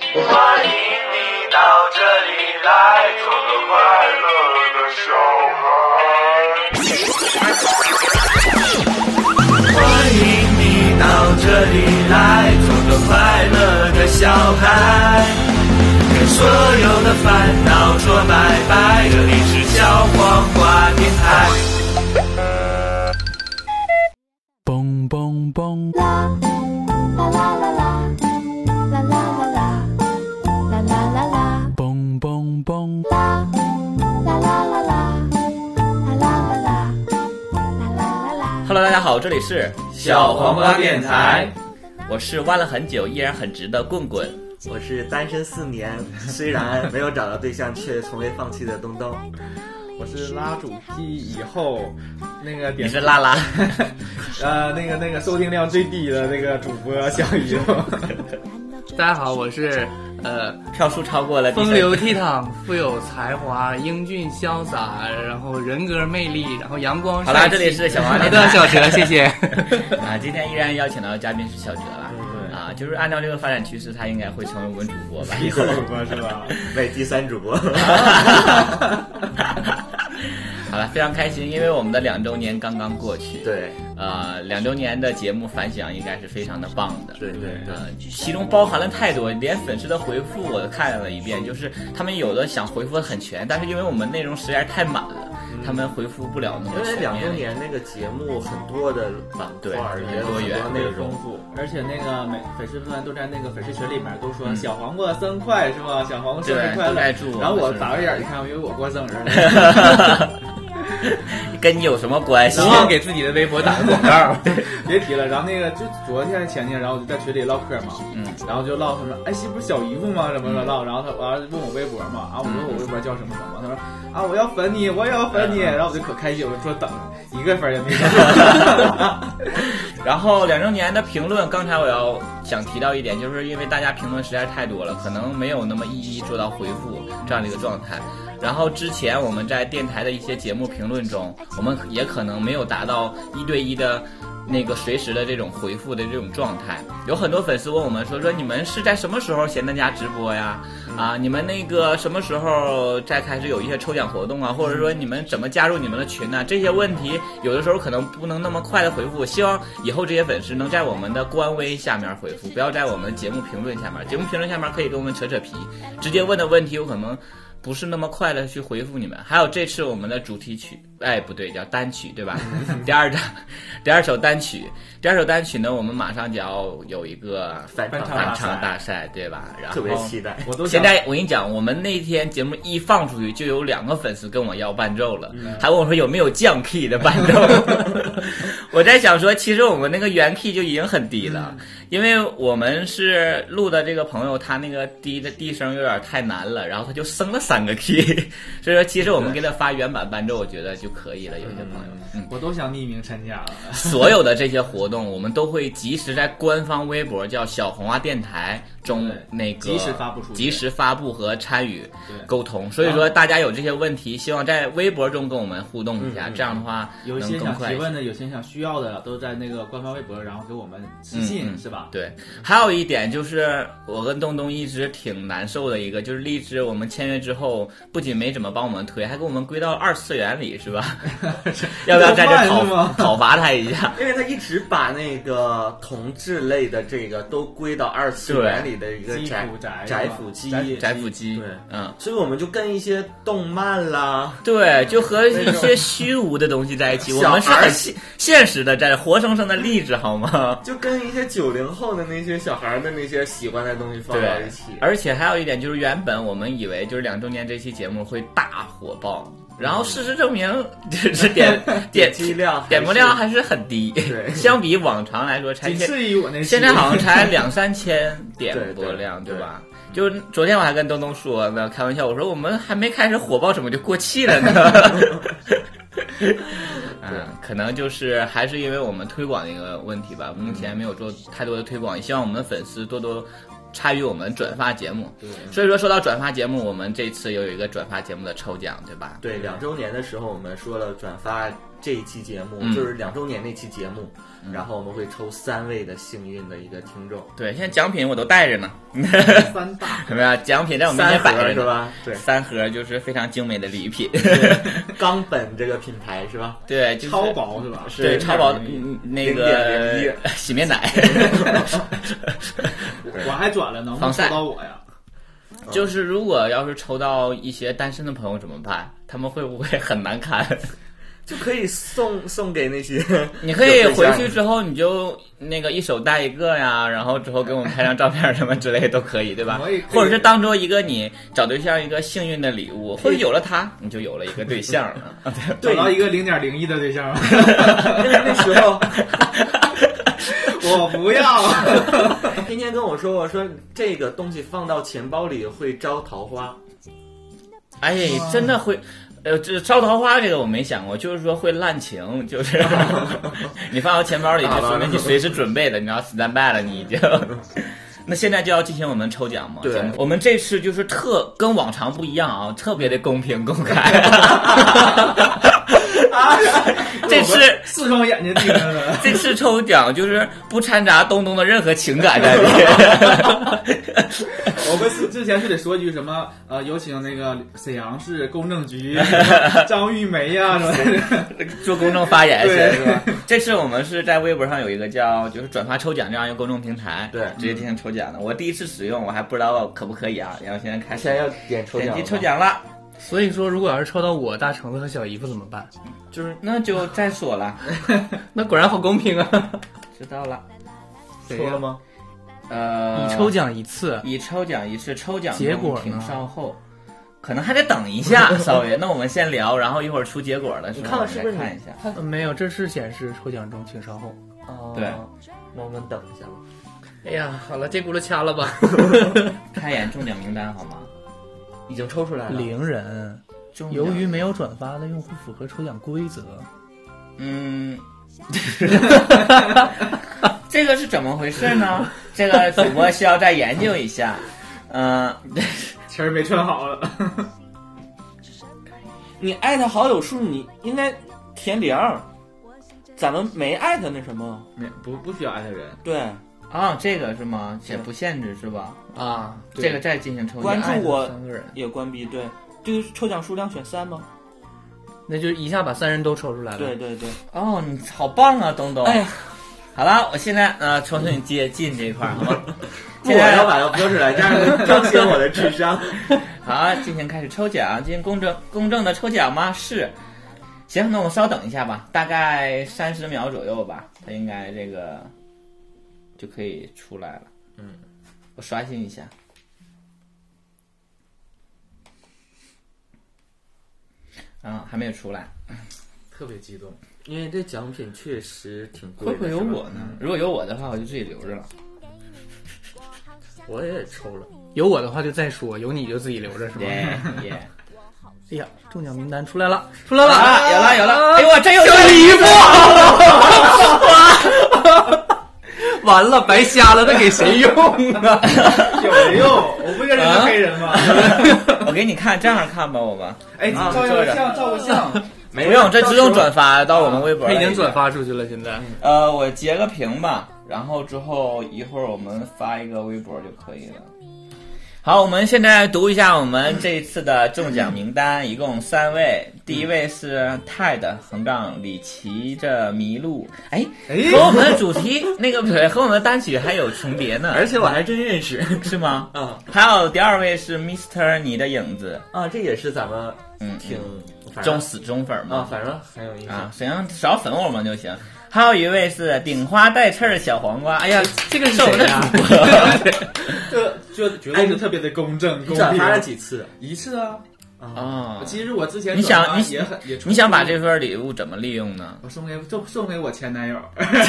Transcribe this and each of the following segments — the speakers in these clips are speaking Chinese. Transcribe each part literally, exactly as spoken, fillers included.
欢迎你到这里来，做个快乐的小孩。欢迎你到这里来，做个快乐的小孩，跟所有的烦恼说拜拜。这里是小黄瓜电台。 嘣嘣嘣， 啦啦啦啦啦啦啦啦啦啦啦啦啦， 嘣嘣嘣， 啦啦啦啦啦啦啦啦啦啦啦啦。 Hello， 大家好，这里是小黄瓜电台， 我是弯了很久依然很直的棍棍。 我是单身四年，虽然没有找到对象，却从未放弃的东东。 我是拉主题以后那个点你是拉拉， 呃，那个那个收听量最低的那个主播小姨夫。 大家好，我是呃票数超过了风流倜傥、富有才华、英俊潇洒，然后人格魅力，然后阳光帅气。 好啦，这里是小黄瓜的小哲，谢谢。 啊，今天依然邀请到的嘉宾是小哲了。啊，就是按照这个发展趋势，他应该会成为我们主播吧？ 第三主播是吧？ 对，第三主播。 好了，非常开心，因为我们的两周年刚刚过去。 对， 呃，两周年的节目反响应该是非常的棒的。 对对对， 呃，其中包含了太多，连粉丝的回复我都看了一遍，就是他们有的想回复的很全，但是因为我们内容实在是太满了，嗯、他们回复不了那么全。 因为两周年那个节目很多的板块， 很多元， 内容丰富，而且那个每粉丝们都在那个粉丝群里面都说、嗯、小黄瓜生快是吧？小黄瓜生日快乐！然后我打个眼一看，因为我过生日了。 跟你有什么关系？ 不忘给自己的微博打个广告， 别提了。然后那个就昨天前天，然后我就在群里唠嗑嘛，嗯，然后就唠他说，哎，是不是小姨夫吗？什么的唠，然后他完了问我微博嘛，啊，我说我微博叫什么什么，他说啊，我要粉你，我也要粉你，然后我就可开心，我就说等一个粉也没等。 然后两周年的评论，刚才我要想提到一点，就是因为大家评论实在太多了，可能没有那么一一做到回复这样的一个状态。然后之前我们在电台的一些节目评论中，我们也可能没有达到一对一的那个随时的这种回复的这种状态。有很多粉丝问我们说说你们是在什么时候闲在家直播呀？啊，你们那个什么时候再开始有一些抽奖活动啊？或者说你们怎么加入你们的群呢？这些问题有的时候可能不能那么快的回复。希望以后这些粉丝能在我们的官微下面回复，不要在我们的节目评论下面。节目评论下面可以跟我们扯扯皮，直接问的问题有可能不是那么快的去回复你们。还有这次我们的主题曲，哎，不对，叫单曲，对吧？第二张，第二首单曲，第二首单曲呢，我们马上就要有一个翻唱翻唱大赛，对吧？然后特别期待。 我都现在我跟你讲，我们那天节目一放出去，就有两个粉丝跟我要伴奏了，嗯、还问我说有没有降 key 的伴奏。我在想说，其实我们那个原 key 就已经很低了，嗯、因为我们是录的这个朋友，他那个低的低声有点太难了，然后他就升了三个 key， 所以说其实我们给他发原版伴奏，我觉得就可以了。有些朋友， 嗯，我都想匿名参加了。 所有的这些活动，我们都会及时在官方微博叫小红花电台中那个及时发布出， 及时发布和参与沟通。所以说大家有这些问题，希望在微博中跟我们互动一下，嗯、这样的话有一些想提问的，有些想需要的，都在那个官方微博，然后给我们私信，嗯、是吧？ 对。还有一点就是，我跟东东一直挺难受的一个，就是荔枝我们签约之后，不仅没怎么帮我们推，还给我们归到二次元里，是吧？要不要在这讨讨伐他一下？ 因为他一直把那个同志类的这个都归到二次元里的一个宅宅腐机， 宅腐机。 对， 嗯， 所以我们就跟一些动漫啦， 对，就和一些虚无的东西在一起。我们是很现现实的，在活生生的励志，好吗？ 就跟一些九零后的那些小孩的那些喜欢的东西放在一起。 而且还有一点就是，原本我们以为就是两周年这期节目会大火爆。然后事实证明，就是点点击量、 点播量还是很低。 对， 相比往常来说，才仅次于我那现在好像才两三千点播量， 对, 对, 对吧？就昨天我还跟东东说呢，开玩笑，我说我们还没开始火爆，怎么就过气了呢？嗯，可能就是还是因为我们推广的一个问题吧，目前没有做太多的推广，也希望我们的粉丝多多参与我们转发节目。 对， 所以说说到转发节目，我们这次又有一个转发节目的抽奖，对吧？ 对，两周年的时候我们说了转发这一期节目， 嗯、 就是两周年那期节目。然后我们会抽三位的幸运的一个听众。 对，现在奖品我都带着呢。 三大有没有奖品在我们面前摆着是吧？对， 三盒就是非常精美的礼品。 冈本这个品牌是吧？ 对，就是、 超薄是吧？ 对，超薄那个洗面奶。 我还转了，能不能抽到我呀？ 就是如果要是抽到一些单身的朋友怎么办？他们会不会很难堪？ 就可以送送给那些， 你可以回去之后你就那个一手带一个呀，然后之后给我们拍张照片什么之类都可以，对吧？或者是当做一个你找对象一个幸运的礼物，或者有了它你就有了一个对象了。 找到一个零点零一的对象， 因为那时候我不要。 天天跟我说，我说这个东西放到钱包里会招桃花。 哎，真的会。呃，这招桃花这个我没想过，就是说会滥情，就是你放到钱包里，就说明你随时准备的，你要 stand by 了，你就。那现在就要进行我们抽奖嘛？ 对， 我们这次就是特跟往常不一样啊，特别的公平公开。这次四双眼睛盯着了。 这次抽奖就是不掺杂东东的任何情感在里面。 我们之前是得说一句什么？呃，有请那个沈阳市公证局张玉梅呀、啊，什么做公证发言是吧？这次我们是在微博上有一个叫就是转发抽奖这样一个公众平台， 对， 直接进行抽奖的。我第一次使用，我还不知道可不可以啊。然后现在开始， 现在要点抽奖， 点击抽奖了。 所以说，如果要是抽到我、大橙子和小姨夫怎么办？ 就是那就再说了。 那果然好公平啊！ 知道了， 抽了吗？ 呃， 以抽奖一次， 以抽奖一次，抽奖结果请稍后，可能还得等一下，稍微。那我们先聊，然后一会儿出结果了， 你看看是不是？ 看一下， 呃、没有，这是显示抽奖中，请稍后。 哦， 对， 那我们等一下吧。 哎呀，好了，这轱辘掐了吧。 开眼中奖名单好吗？ 已经抽出来了。 零人，由于没有转发的用户符合抽奖规则。 嗯。这个是怎么回事呢？这个主播需要再研究一下。嗯、呃， 词儿没串好了。 你艾特好友数，你应该填零。咱们没艾特那什么， 没不不需要艾特人。 对啊，这个是吗？且不限制是吧？ 啊， 这个再进行抽奖。 关注我三个人也关闭。对，这个抽奖数量选三吗？ 那就一下把三人都抽出来了。 对对对。 哦，你好棒啊，东东。 哎， 好了，我现在呃，重新接近这一块儿，好吗？ 我要把它标出来，这样彰显我的智商。 好，进行开始抽奖，进行公正公正的抽奖吗？是。行，那我们稍等一下吧，大概三十秒左右吧，它应该这个就可以出来了。 嗯， 我刷新一下。啊，还没有出来， 特别激动， 因为这奖品确实挺贵的。 会不会有我呢？如果有我的话，我就自己留着了。 我也抽了， 有我的话就再说，有你就自己留着是吧？ 耶耶！ 哎呀，中奖名单出来了，出来了， 啊、有了有了！哎呦，我真有小姨夫！完了，白瞎了，那给谁用啊？ 有没用？我不应该是个黑人吗？ 我给你看，这样看吧，我们。 哎，照个相，照个相。 不用，这自动转发到我们微博。 他已经转发出去了，现在。 呃，我截个屏吧，然后之后一会儿我们发一个微博就可以了。好，我们现在读一下我们这一次的中奖名单，一共三位。第一位是泰的横杠里骑着麋鹿，哎，和我们的主题那个不对，和我们的单曲还有重叠呢， 而且我还真认识， 是吗？ 嗯。 还有第二位是 mister 你的影子啊，这也是咱们嗯挺忠死忠粉嘛啊，反正很有意思啊，只要只要粉我们就行。还有一位是顶花带刺儿小黄瓜，哎呀，这个是我们的主播，这就绝对是特别的公正公平。 转发了几次？ 一次啊。 啊， 其实我之前你想你也很也你想把这份礼物怎么利用呢？ 我送给就送给我前男友。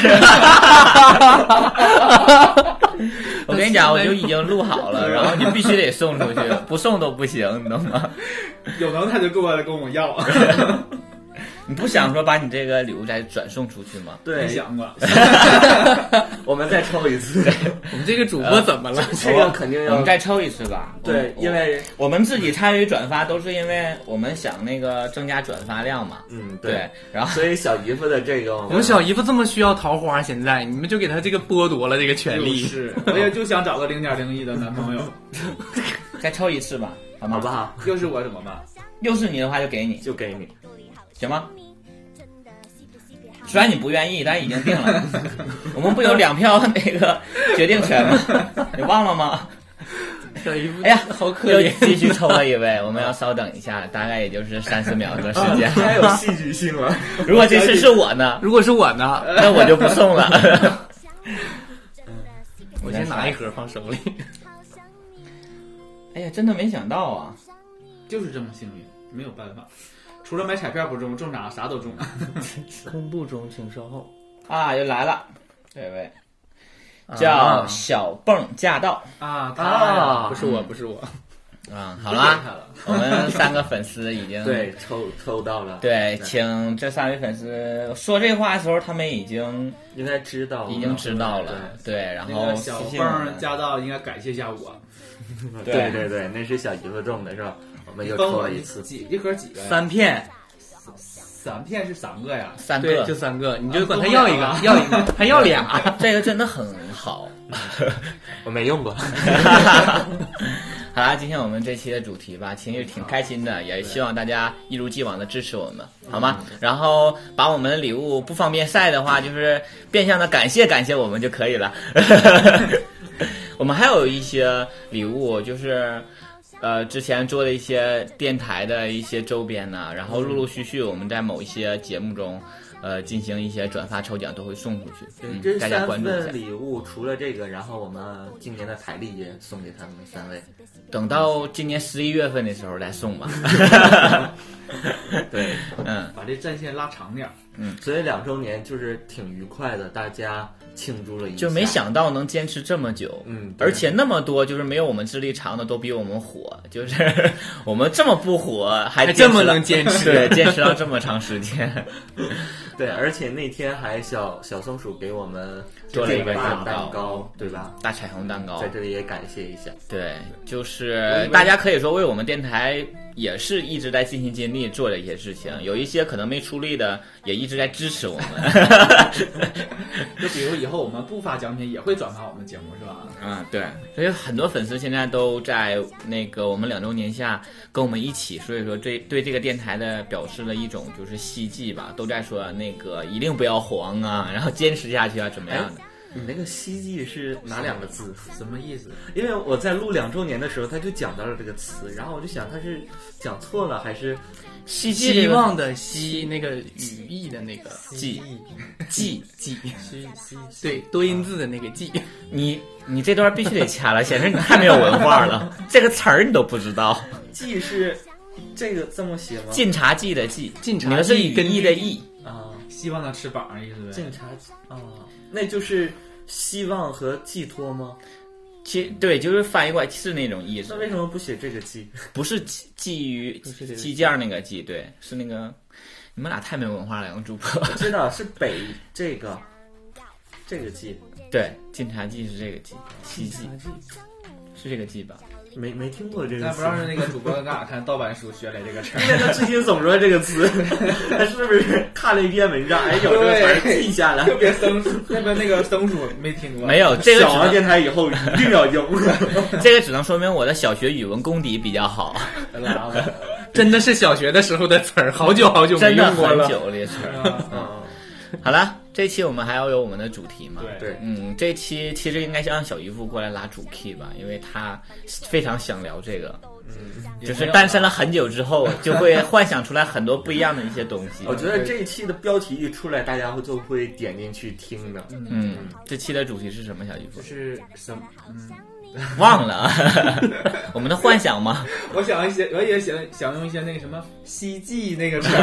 我跟你讲，我就已经录好了，然后你必须得送出去，不送都不行，你懂吗？ 有能他就过来跟我要。 你不想说把你这个礼物再转送出去吗？ 对， 想过。 我们再抽一次。 我们这个主播怎么了？ 这个肯定要。 我们再抽一次吧。 对，因为我们自己参与转发，都是因为我们想那个增加转发量嘛。 嗯， 对。 对然后， 所以小姨夫的这个， 我们小姨夫这么需要桃花，现在你们就给他这个剥夺了这个权利。 是，我也就想找个零点零一的男朋友。 再抽一次吧，好吗？ 好不好？ 又是我怎么办？ 又是你的话就给你， 就给你， 行吗？虽然你不愿意，但已经定了。我们不有两票那个决定权吗？你忘了吗？ 小姨夫， 哎呀， 好可又怜。 继续抽了一位，我们要稍等一下，大概也就是三四秒的时间。 太有戏剧性了。 如果这次是我呢？ 如果是我呢？ 那我就不送了。 我先拿一盒放手里。 哎呀，真的没想到啊！ 就是这么幸运，没有办法。除了买彩票不中，中啥啥都中。 公布中，请稍后。 啊，又来了，这位叫小蹦驾到啊啊， 不是我，不是我。 啊，好啦，我们三个粉丝已经对抽抽到了。 对，请这三位粉丝说这话的时候，他们已经应该知道， 已经知道了。对，然后那个小蹦驾到应该感谢一下我。 对对对，那是小姨夫中的是吧？我们又抽了一次， 几一盒几个呀？ 三片， 三片是三个呀？ 三个，就三个，你就管他要一个，要一个，还要俩， 这个真的很好。 我没用过。 好啦，今天我们这期的主题吧，其实挺开心的，也希望大家一如既往的支持我们，好吗？然后把我们的礼物不方便晒的话，就是变相的感谢感谢我们就可以了。我们还有一些礼物，就是呃之前做的一些电台的一些周边呢，然后陆陆续续我们在某一些节目中呃进行一些转发抽奖都会送出去。嗯， 这大家关注一下。 三份礼物除了这个，然后我们今年的台历也送给他们三位。 等到今年十一月份的时候再送吧。 对， 嗯，把这战线拉长点。 嗯，所以两周年就是挺愉快的，大家庆祝了一下， 就没想到能坚持这么久。 嗯， 而且那么多就是没有我们资历长的都比我们火，就是我们这么不火还还这么能坚持， 对，坚持到这么长时间。 对，而且那天还小小松鼠给我们做了一个大蛋糕，对吧？ 大彩虹蛋糕， 在这里也感谢一下。 对，就是大家可以说为我们电台也是一直在尽心尽力做的一些事情，有一些可能没出力的也一直在支持我们。 就比如以后我们不发奖品也会转发我们节目，是吧？ 嗯，对，所以很多粉丝现在都在那个我们两周年下跟我们一起，所以说这对这个电台的表示了一种就是希冀吧，都在说那个一定不要黄啊，然后坚持下去啊，怎么样的。 你那个希冀是哪两个字？ 什么意思？ 因为我在录两周年的时候，他就讲到了这个词，然后我就想他是讲错了还是希冀希望的希，那个语义的那个冀，冀冀，对，多音字的那个冀。 你你这段必须得掐了，显示你太没有文化了，这个词儿你都不知道。 冀是这个这么写吗？ 晋察冀的冀， 晋察你的是语义的义啊， 希望的翅膀意思呗。 晋察啊，那就是希望和寄托吗？ 其对，就是翻译过来是那种意思。 那为什么不写这个寄？ 不是寄于鸡件那个寄，对，是那个。你们俩太没文化了，两个主播。 我知道是北这个这个寄， 对，晋察冀是这个冀，西冀是这个冀吧？ 没没听过这个词， 那不知道是那个主播搁哪看盗版书学来这个词儿？ 因为他最近总说这个词，他是不是看了一篇文章，哎，有这个词儿记下来？ 特别生疏，那边那个生疏没听过。 没有这个小王电台以后一定要用。 这个只能说明我的小学语文功底比较好。 真的是小学的时候的词儿，好久好久没用过了。 真的很久了，这词儿。嗯，好了。这期我们还要有我们的主题嘛？ 对， 嗯，这期其实应该让小姨夫过来拉主 key 吧，因为他非常想聊这个，嗯，就是单身了很久之后，就会幻想出来很多不一样的一些东西。 我觉得这一期的标题一出来，大家会就会点进去听的。 嗯，这期的主题是什么？小姨夫是什么？嗯。 忘了我们的幻想吗？ 我想一些，我也想想用一些那个什么希冀那个词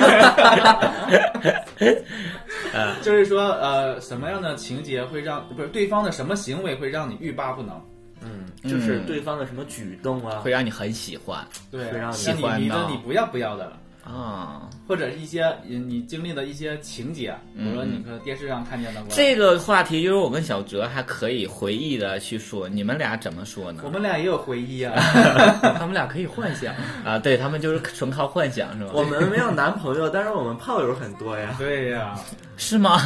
呃，就是说呃，什么样的情节会让不是对方的什么行为会让你欲罢不能？ 嗯，就是对方的什么举动啊， 会让你很喜欢， 对， 会让你喜欢你迷的你不要不要的。 啊， 或者一些你经历的一些情节，比如说你可电视上看见的。 这个话题就是我跟小哲还可以回忆的去说，你们俩怎么说呢？ 我们俩也有回忆啊， 他们俩可以幻想啊，对他们就是纯靠幻想是吧？ 我们没有男朋友，但是我们炮友很多呀。 对呀， 是吗？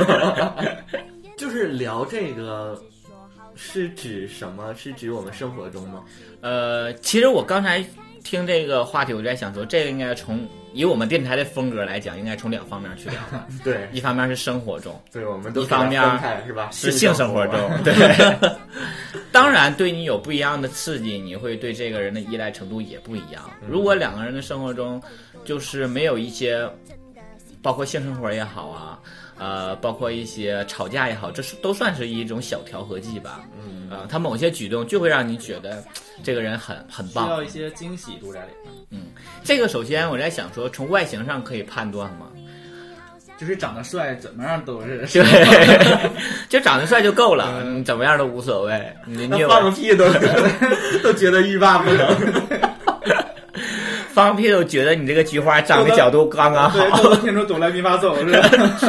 就是聊这个。是指什么？是指我们生活中吗？ 呃，其实我刚才听这个话题，我就在想说，这个应该从以我们电台的风格来讲，应该从两方面去聊。 对， 一方面是生活中， 对，我们都一方面是吧？ 是性生活中，对。当然，对你有不一样的刺激，你会对这个人的依赖程度也不一样。如果两个人的生活中就是没有一些，包括性生活也好啊。呃，包括一些吵架也好，这是都算是一种小调和剂吧。嗯，呃，他某些举动就会让你觉得这个人很很棒， 需要一些惊喜住在里面。 嗯，这个首先我在想说，从外形上可以判断吗？ 就是长得帅，怎么样都是对，就长得帅就够了，嗯、怎么样都无所谓。你你放个屁都都觉得欲罢不能。 放屁都觉得你这个菊花长的角度刚刚好， 对，都能听出哆来咪发嗦是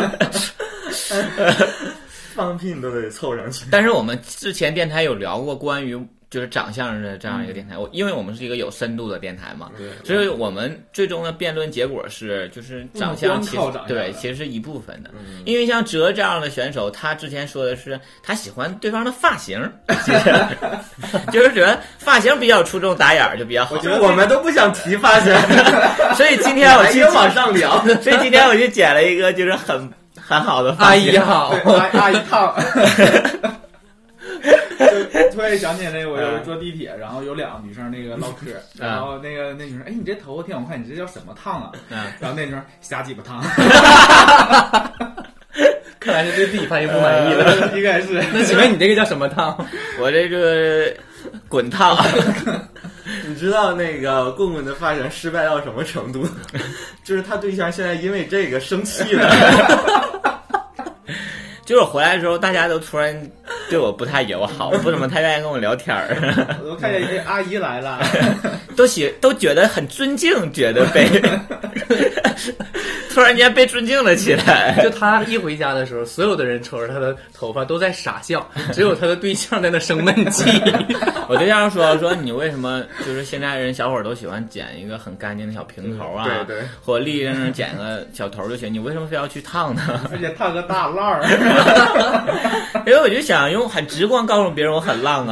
吧？放屁你都得凑上去。 但是我们之前电台有聊过关于就是长相的这样一个电台，我因为我们是一个有深度的电台嘛，所以我们最终的辩论结果是，就是长相其实对其实是一部分的， 嗯、 因为像哲这样的选手，他之前说的是他喜欢对方的发型，就是觉得发型比较出众打眼就比较好。 我觉得我们都不想提发型， 所以今天我去往上聊， 所以今天我就剪了一个就是很很好的阿姨好， 阿阿姨烫。突然想起那个，我就是坐地铁，然后有两个女生那个唠嗑，然后那个那女生，哎，你这头发挺好看，你这叫什么烫啊？然后那女生瞎鸡巴烫。 看来是对自己发型不满意了， 应该是。 那请问你这个叫什么烫？ 我这个滚烫。 你知道那个棍棍的发型失败到什么程度？就是他对象现在因为这个生气了。 就是我回来的时候，大家都突然对我不太友好，不怎么太愿意跟我聊天儿。 我都看见这阿姨来了， 都喜都觉得很尊敬，觉得被突然间被尊敬了起来。 就他一回家的时候，所有的人瞅着他的头发都在傻笑，只有他的对象在那生闷气。 我对象说说你为什么就是现在人小伙都喜欢剪一个很干净的小平头啊， 嗯、对对， 或立正正剪个小头就行，你为什么非要去烫呢？ 而且烫个大浪儿。 因为我就想用很直观告诉别人我很浪啊。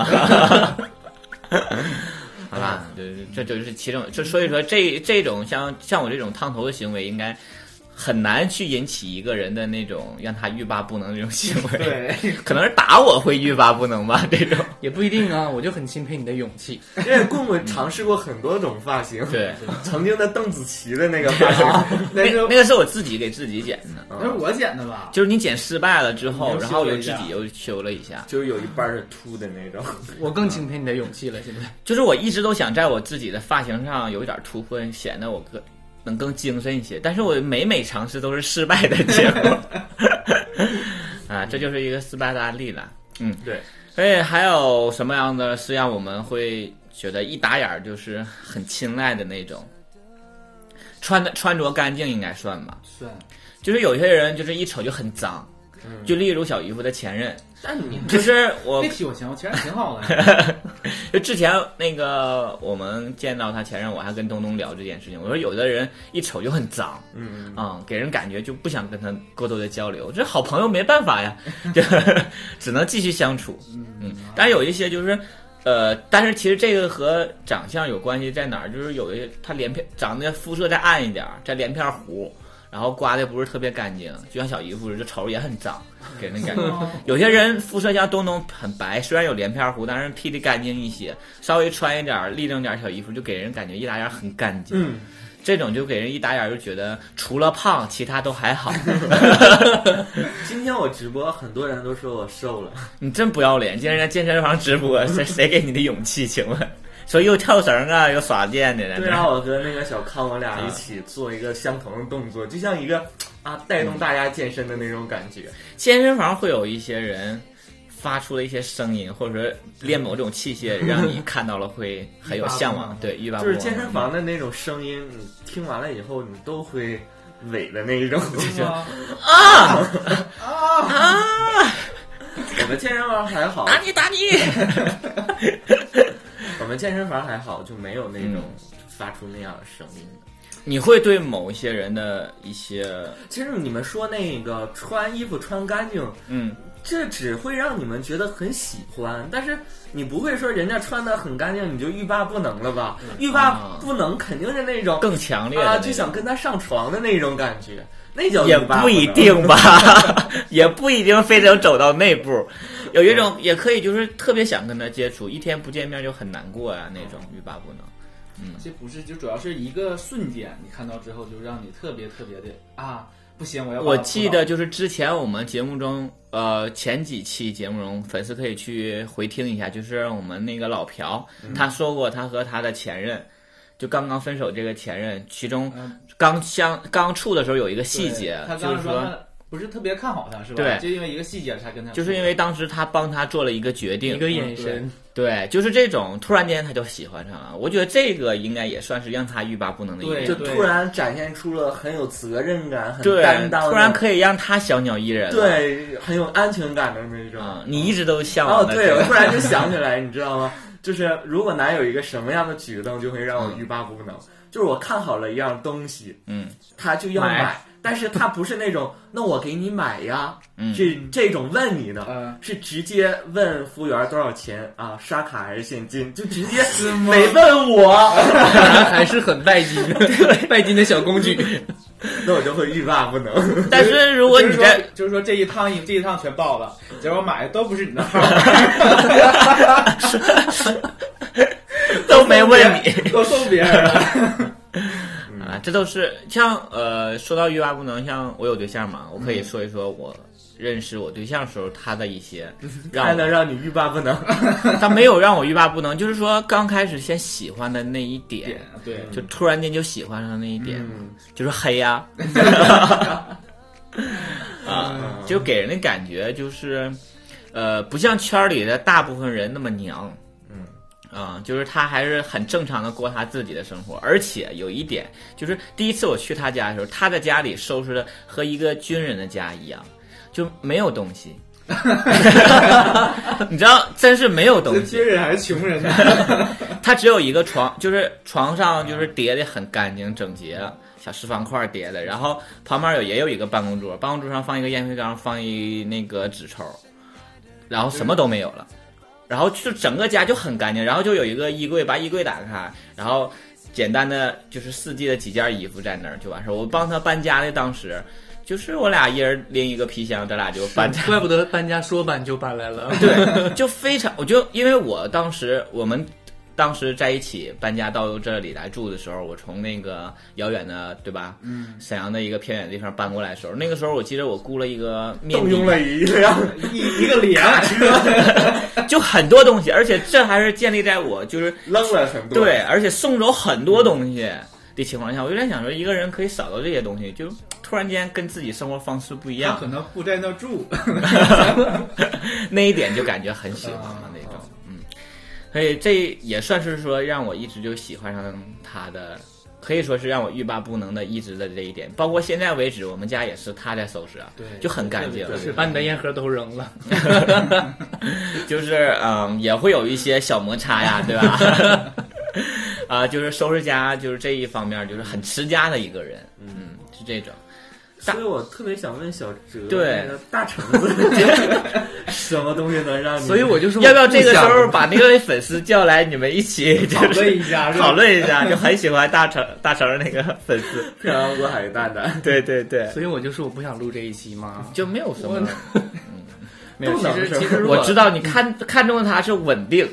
好吧，对，这就是其中，就所以说这这种像像我这种烫头的行为，应该很难去引起一个人的那种让他欲罢不能的这种行为。 对， 可能是打我会欲罢不能吧，这种也不一定啊。我就很钦佩你的勇气。 因为棍棍尝试过很多种发型， 对， 曾经的邓紫棋的那个发型， 那那个是我自己给自己剪的， 那是我剪的吧？ 就是你剪失败了之后，然后又自己又修了一下， 就是有一半是秃的那种。 我更钦佩你的勇气了，现在就是我一直都想在我自己的发型上有一点突破，显得我个。能更精神一些，但是我每每尝试都是失败的结果。啊，这就是一个失败的案例了。嗯， 对。 所以还有什么样的是让我们会觉得一打眼就是很青睐的那种？穿的穿着干净应该算吧？ 算。 就是有些人就是一瞅就很脏，就例如小姨夫的前任。 但你就是我别提我前，我前任挺好的。 就之前那个我们见到他前任，我还跟东东聊这件事情。我说有的人一瞅就很脏， 嗯啊、嗯，给人感觉就不想跟他过多的交流。这好朋友没办法呀，就只能继续相处。嗯，但是有一些就是。呃，但是其实这个和长相有关系在哪儿？就是有一他连片长得肤色再暗一点，再连片糊，然后刮的不是特别干净，就像小姨夫，这瞅着也很脏，给人感觉。有些人肤色像东东很白，虽然有连片糊，但是剃的干净一些，稍微穿一点立正点小衣服，就给人感觉一打眼很干净。 嗯， 这种就给人一打眼就觉得除了胖，其他都还好。 今天我直播，很多人都说我瘦了。 你真不要脸！竟然在健身房直播，谁谁给你的勇气？请问，说又跳绳啊，又耍剑的。 对啊，我和那个小康，我俩一起做一个相同的动作，就像一个啊带动大家健身的那种感觉。 健身房会有一些人发出的一些声音，或者说练某种器械，让你看到了会很有向往。对，欲罢不能。 就是健身房的那种声音，你听完了以后，你都会萎的那一种。就是啊啊啊！ 啊！ 我们健身房还好， 打你打你！ 我们健身房还好，就没有那种发出那样的声音。 你会对某一些人的一些， 其实你们说那个穿衣服穿干净， 嗯， 这只会让你们觉得很喜欢，但是你不会说人家穿的很干净你就欲罢不能了吧？欲罢不能肯定是那种更强烈的啊，就想跟他上床的那种感觉，那叫也欲罢不一定吧，也不一定非得走到那步。有一种也可以，就是特别想跟他接触，一天不见面就很难过呀、啊，那种欲罢不能。嗯， 这不是，就主要是一个瞬间，你看到之后就让你特别特别的啊，不行，我要。 我记得就是之前我们节目中，呃，前几期节目中，粉丝可以去回听一下，就是我们那个老朴，嗯、他说过他和他的前任，就刚刚分手这个前任，其中刚相刚处的时候有一个细节， 他就是说。 不是特别看好他，是吧？ 对， 就因为一个细节才跟他， 就是因为当时他帮他做了一个决定， 一个眼神， 嗯、对, 对，就是这种突然间他就喜欢上了。我觉得这个应该也算是让他欲罢不能的一点， 就突然展现出了很有责任感、很对担当， 突然可以让他小鸟依人， 对，很有安全感的那种。 嗯、你一直都向往的、 这个。哦，对，我突然就想起来，你知道吗？就是如果男友一个什么样的举动，就会让我欲罢不能。嗯、就是我看好了一样东西， 嗯， 他就要买。买但是他不是那种，那我给你买呀， 嗯、 这这种问你的， 嗯、 是直接问服务员多少钱啊，刷卡还是现金，就直接没问我， 还是很拜金的，拜金的小公举， 那我就会欲罢不能。 但是如果你在， 就是、就是说这一趟这一趟全报了，结果买的都不是你的号， 都没问你， 都送别人了。 啊，这都是像呃，说到欲罢不能，像我有对象嘛，我可以说一说我认识我对象的时候他的一些， 还能让你欲罢不能。 他没有让我欲罢不能，就是说刚开始先喜欢的那一点， 对， 就突然间就喜欢上那一点， 嗯、 就是黑呀、啊，啊，就给人的感觉就是，呃，不像圈里的大部分人那么娘。啊、嗯，就是他还是很正常的过他自己的生活，而且有一点就是第一次我去他家的时候，他的家里收拾的和一个军人的家一样，就没有东西。你知道，真是没有东西。 军人还是穷人呢？ 他只有一个床，就是床上就是叠的很干净整洁，小石方块叠的，然后旁边有也有一个办公桌，办公桌上放一个烟灰缸，放一那个纸抽，然后什么都没有了。然后就整个家就很干净，然后就有一个衣柜，把衣柜打开，然后简单的就是四季的几件衣服在那儿就完事儿。我帮他搬家的当时，就是我俩一人拎一个皮箱，咱俩就搬家。 怪不得搬家说搬就搬来了。 对，就非常，我就因为我当时我们当时在一起搬家到这里来住的时候，我从那个遥远的对吧，嗯，沈阳的一个偏远的地方搬过来的时候，那个时候我记得我雇了一个面动用了一辆一一个连车，就很多东西，而且这还是建立在我就是扔了很多， 对，而且送走很多东西的情况下，我就在想说，一个人可以少到这些东西，就突然间跟自己生活方式不一样， 他可能不在那住， 那一点就感觉很喜欢嘛那种。所以这也算是说让我一直就喜欢上他的，可以说是让我欲罢不能的一直的这一点。包括现在为止，我们家也是他在收拾啊， 对， 就很干净， 把你的烟盒都扔了， 就是嗯，也会有一些小摩擦呀，对吧？啊，就是收拾家，就是这一方面，就是很持家的一个人，嗯，是这种。 所以我特别想问小哲， 对那个大橙子什么东西能让你？ 所以我就说， 要不要这个时候把那位粉丝叫来，你们一起讨论一下， 讨论一下，就很喜欢大橙大橙那个粉丝， 漂洋过海蛋蛋， 对对对。 所以我就说我不想录这一期嘛， 就没有什么。 没有， 其实其实我知道你看看中的他是稳定。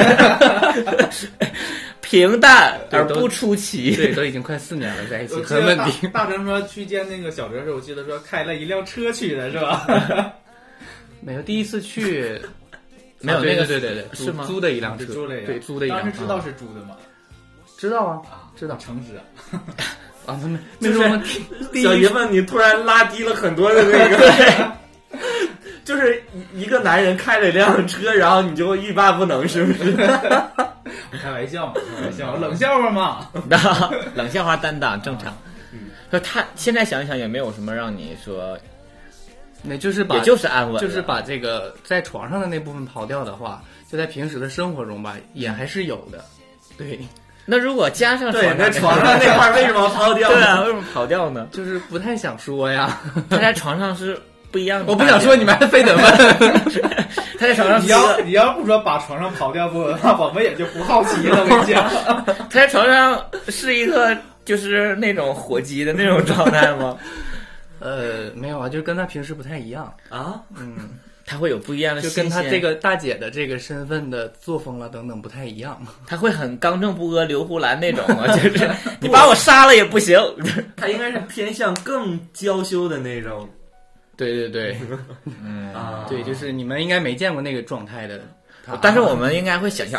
平淡而不出奇， 对，都已经快四年了，在一起很稳定。 大成说去见那个小哲的时候，我记得说开了一辆车去的是吧？ 没有，第一次去没有那个， 对对对， 是吗？ 租的一辆车， 租了一辆， 对，租的一辆。 当时知道是租的吗？ 知道啊，知道， 诚实啊。 啊，没没说小爷们，你突然拉低了很多的那个。就是一一个男人开了一辆车，然后你就会欲罢不能，是不是？ 开玩笑嘛，开玩笑，冷笑话嘛。 冷笑话担当正常。说他现在想一想，也没有什么让你说， 那就是把也就是安稳了， 就是把这个在床上的那部分刨掉的话，就在平时的生活中吧，也还是有的。对， 那如果加上对，那床上那块为什么抛掉？ 对啊，为什么跑掉呢？ 就是不太想说呀。 他在床上是不一样的。 我不想说，你们还非得问。 他在床上是你要你要不说把床上刨掉不，我们也就不好奇了。我跟你讲， 他在床上是一个就是那种火鸡的那种状态吗？ 呃，没有啊，就是跟他平时不太一样啊。 嗯， 他会有不一样的就新鲜， 跟他这个大姐的这个身份的作风了等等不太一样。 他会很刚正不阿刘胡兰那种吗？就是你把我杀了也不行。 他应该是偏向更娇羞的那种。 对对对， 嗯啊， 对，就是你们应该没见过那个状态的， 但是我们应该会想象，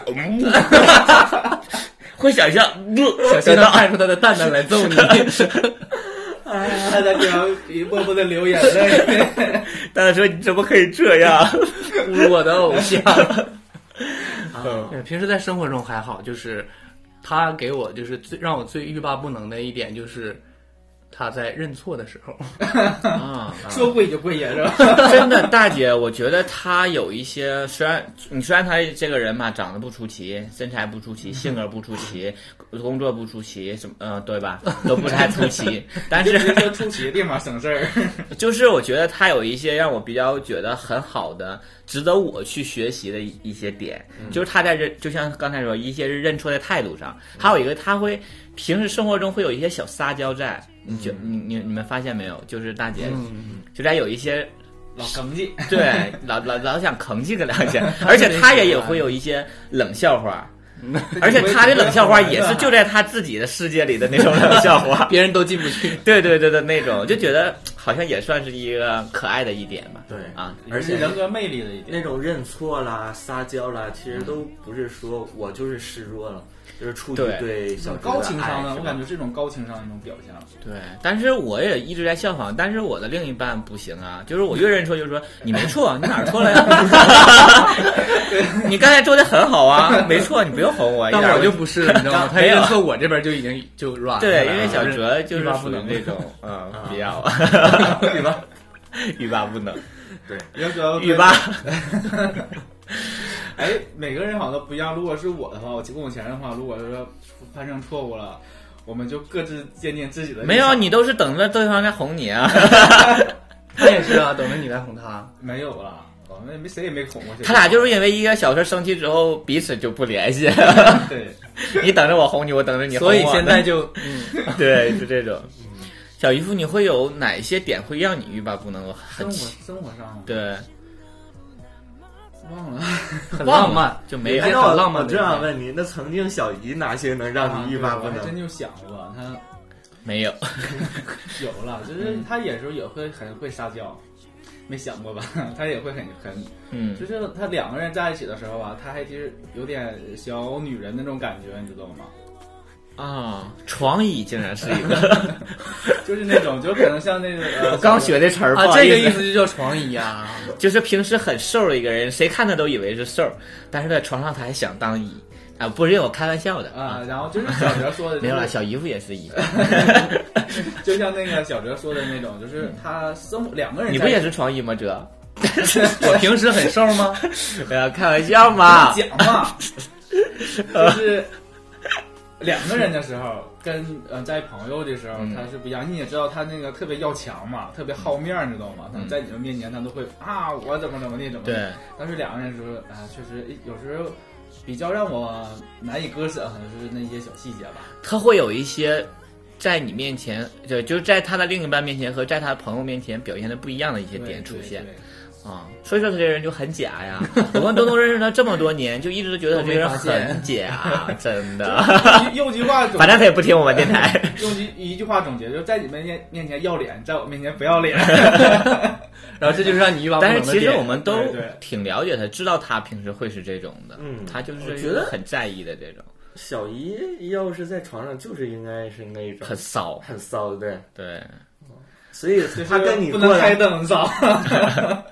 会想象， 小心他派出他的蛋蛋来揍你。 他在地上一波波的流眼泪。 蛋蛋说：“你怎么可以这样侮辱我的偶像？” 嗯， 对，平时在生活中还好，就是他给我就是最让我最欲罢不能的一点就是。他在认错的时候啊， 说跪就跪呀，是吧？ 真的，大姐，我觉得他有一些，虽然你虽然他这个人嘛，长得不出奇，身材不出奇，性格不出奇，工作不出奇，什么呃，对吧？都不太出奇，但是说出奇的地方省事儿。 就是我觉得他有一些让我比较觉得很好的，值得我去学习的一些点， 嗯、 就是他在认，就像刚才说，一些是认错的态度上，还有一个他会平时生活中会有一些小撒娇在。你就你你你们发现没有？就是大姐， 嗯、 就在有一些老吭气， 对，老老老想吭气个两下，而且他也也会有一些冷笑话，而且他的冷笑话也是就在他自己的世界里的那种冷笑话， 别人都进不去。 对对对的那种，就觉得好像也算是一个可爱的一点吧。 对啊， 而且人格魅力的一点， 那种认错啦、撒娇啦，其实都不是说我就是示弱了。就是出于对小高情商的，我感觉这种高情商的一种表现。 对，但是我也一直在效仿，但是我的另一半不行啊，就是我越认错，就是说你没错，你哪儿错了呀？你刚才做的很好啊，没错，你不用哄我。 但我就不是，你知道吗？他认错我这边就已经就软了。 对，因为小哲就是属于那种嗯比较欲罢欲罢不能。 对， 欲罢。 哎，每个人好像都不一样。如果是我的话，我跟我前任的话，如果说犯生错误了，我们就各自坚定自己的。 没有，你都是等着对方在哄你啊。 他也是啊，等着你来哄他。 没有了，我们没谁也没哄过。 他俩就是因为一个小事生气之后，彼此就不联系。 对， 你等着我哄你，我等着你哄我。 所以现在就， 嗯，对，就这种。小姨夫，你会有哪些点会让你欲罢不能？ 生活生活上， 对。 忘了， 很浪漫， 就没有很浪漫。 我这样问你，那曾经小姨哪些能让你欲罢不能？ 啊、真就想过，他没有， 有了，就是他有时候也会很会撒娇，没想过吧？他也会很很， 嗯， 就是他两个人在一起的时候吧，他还其实有点小女人那种感觉，你知道吗？ 啊，床椅竟然是一个， 就是那种，就可能像那个，呃、 我刚学的词儿啊，这个意思就叫床椅啊， 就是平时很瘦的一个人，谁看他都以为是瘦，但是在床上他还想当椅啊，不是我开玩笑的啊。然后就是小哲说的、就是， 没有了，小姨夫也是椅， 就像那个小哲说的那种，就是他生两个人， 你不也是床椅吗？哲， 我平时很瘦吗？ 不要开玩笑嘛， 讲嘛，就是。两个人的时候，跟呃在朋友的时候，他是不一样。你也知道他那个特别要强嘛，特别好面，你知道吗？他在你们面前，他都会啊，我怎么怎么地怎么地。 对。 但是两个人的时候啊，确实有时候比较让我难以割舍，可能是那些小细节吧。 他会有一些在你面前，就就是在他的另一半面前和在他的朋友面前表现的不一样的一些点出现。啊、嗯，所以说他这人就很假呀。我跟东东认识他这么多年，就一直都觉得他这人很假，真的。 用句话， 反正他也不听我们电台。 用句一句话总结，就是在你们面面前要脸，在我面前不要脸。 然后这就是让你欲罢不能的点。 但是其实我们都挺了解他，知道他平时会是这种的。 嗯， 他就是我觉得很在意的这种。 小姨要是在床上，就是应该是那种很骚， 很骚，对对。 所以他跟你不能开灯骚。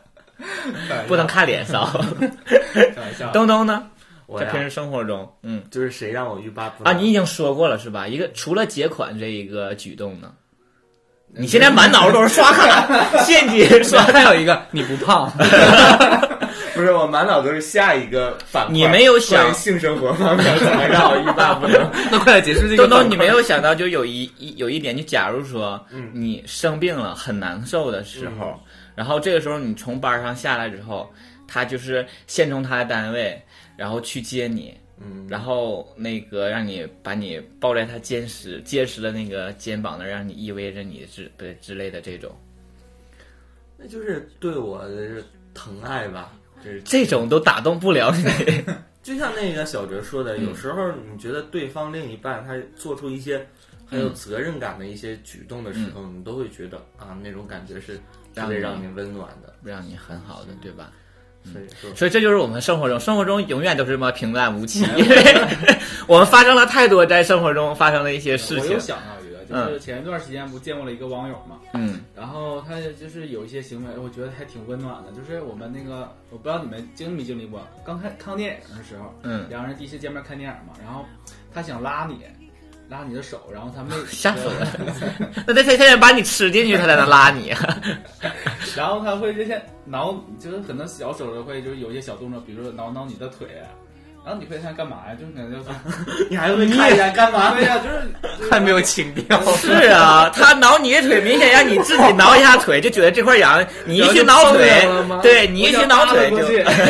不能看脸骚。 开玩笑。 东东呢？ 我呀在平时生活中，嗯就是谁让我欲罢不啊， 能你已经说过了是吧？一个除了结款这一个举动呢，你现在满脑子都是刷卡、现金刷。 还有一个你不胖， 不是我满脑子都是下一个板块， 你没有想关于性生活方面怎么让我欲罢不能？ 那快点结束这个东东， 板块。 你没有想到，就有一一有一点，就假如说， 嗯你生病了很难受的时候，然后这个时候你从班上下来之后，他就是先从他的单位，然后去接你， 嗯， 然后那个让你把你抱在他坚实结实的那个肩膀那儿，让你依偎着你之对之类的这种， 那就是对我的疼爱吧，就是这种都打动不了你。 就像那个小哲说的， 嗯有时候你觉得对方另一半他做出一些很有责任感的一些举动的时候，你都会觉得啊，那种感觉是特别让你温暖的。 让你很好的，对吧？ 所以说， 所以这就是我们生活中，生活中永远都是这么平淡无奇，因为我们发生了太多在生活中发生的一些事情我有。想到一个，就是前一段时间不见过了一个网友嘛， 嗯然后他就是有一些行为，我觉得还挺温暖的。就是我们那个，我不知道你们经没经历过，刚看看电影的时候， 嗯， 两个人第一次见面看电影嘛，然后他想拉你，拉你的手，然后他没吓死了。那得他现在把你吃进去，他才能拉你。 然后他会这些挠，就是很多小手都会就是有一些小动作，比如说挠挠你的腿，然后你会看干嘛呀？就是可能就是你还会看一下干嘛？ 对呀、就是还没有情调。 是啊，他挠你的腿，明显让你自己挠一下腿，就觉得这块痒。你一去挠腿然后就碰上了吗， 对你一去挠腿就。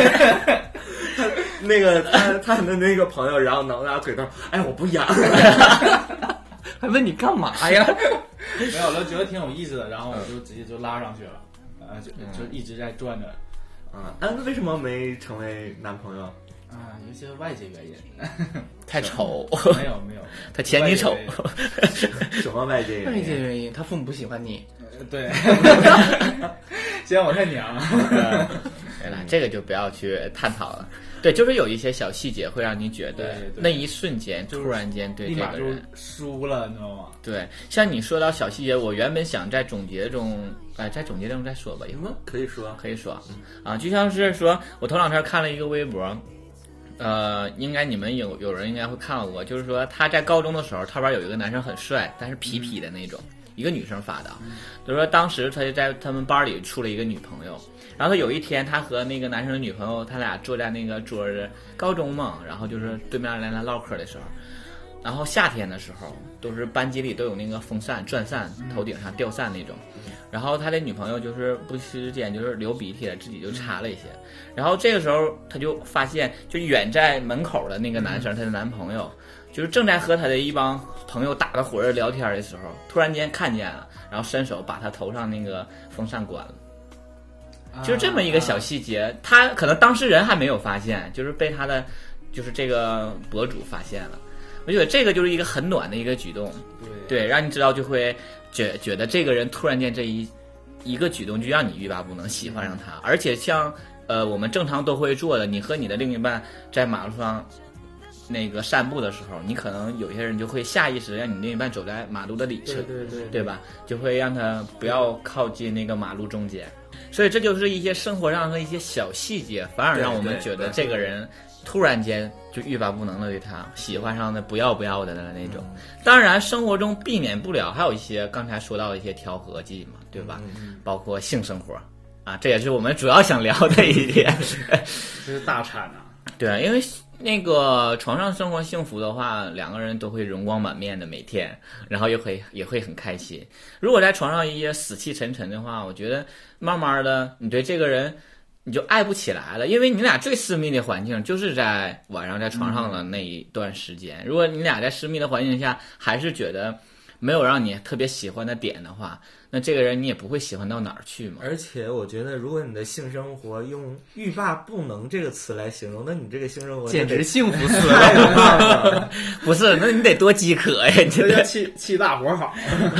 那个他他的那个朋友，然后挠他腿，他说：“哎，我不痒。 还问你干嘛呀？ 没有了，觉得挺有意思的，然后我就直接就拉上去了，啊，就就一直在转着，” 啊，那为什么没成为男朋友？ 啊，有一些外界原因， 太丑， 没有没有， 他嫌你丑。 外界原因什么外界原外界因？ 原因，他父母不喜欢你。 呃对，嫌我太娘。 对了，这个就不要去探讨了。对，就是有一些小细节会让你觉得对对那一瞬间突然间对立马就这个人。 输了，你知道吗？ 对，像你说到小细节，我原本想在总结中，哎，在总结中再说吧，一会儿嗯，可以说。 可以说啊，就像是说我头两天看了一个微博，呃，应该你们有有人应该会看到过，就是说他在高中的时候，他班有一个男生很帅，但是痞痞的那种，一个女生发的，就是说当时他就在他们班里处了一个女朋友，然后有一天他和那个男生的女朋友，他俩坐在那个桌儿，高中嘛，然后就是对面来来唠嗑的时候。然后夏天的时候，都是班级里都有那个风扇、转扇，头顶上吊扇那种。然后他的女朋友就是不时间就是流鼻涕了，自己就擦了一些。然后这个时候他就发现，就远在门口的那个男生，他的男朋友，就是正在和他的一帮朋友打得火热聊天的时候，突然间看见了，然后伸手把他头上那个风扇关了。就是这么一个小细节，他可能当事人还没有发现，就是被他的就是这个博主发现了。我觉得这个就是一个很暖的一个举动， 对对，让你知道就会觉觉得这个人突然间这一一个举动就让你欲罢不能，喜欢上他。而且像呃我们正常都会做的，你和你的另一半在马路上那个散步的时候，你可能有些人就会下意识让你另一半走在马路的里侧， 对对对对吧？就会让他不要靠近那个马路中间。所以这就是一些生活上的一些小细节，反而让我们觉得这个人突然间就欲罢不能的对他喜欢上的不要不要的那种。当然生活中避免不了还有一些刚才说到的一些调和剂嘛，对吧？包括性生活啊，这也是我们主要想聊的一点。 这是大产呐、啊。 对，因为那个床上生活幸福的话，两个人都会容光满面的每天，然后也会也会很开心。如果在床上一些死气沉沉的话，我觉得慢慢的你对这个人你就爱不起来了，因为你俩最私密的环境就是在晚上在床上的那一段时间。如果你俩在私密的环境下还是觉得没有让你特别喜欢的点的话，那这个人你也不会喜欢到哪儿去嘛。 而且我觉得，如果你的性生活用“欲罢不能”这个词来形容，那你这个性生活简直得幸福死太了。 棒了。 不是，那你得多饥渴呀！你这这叫气气大活好。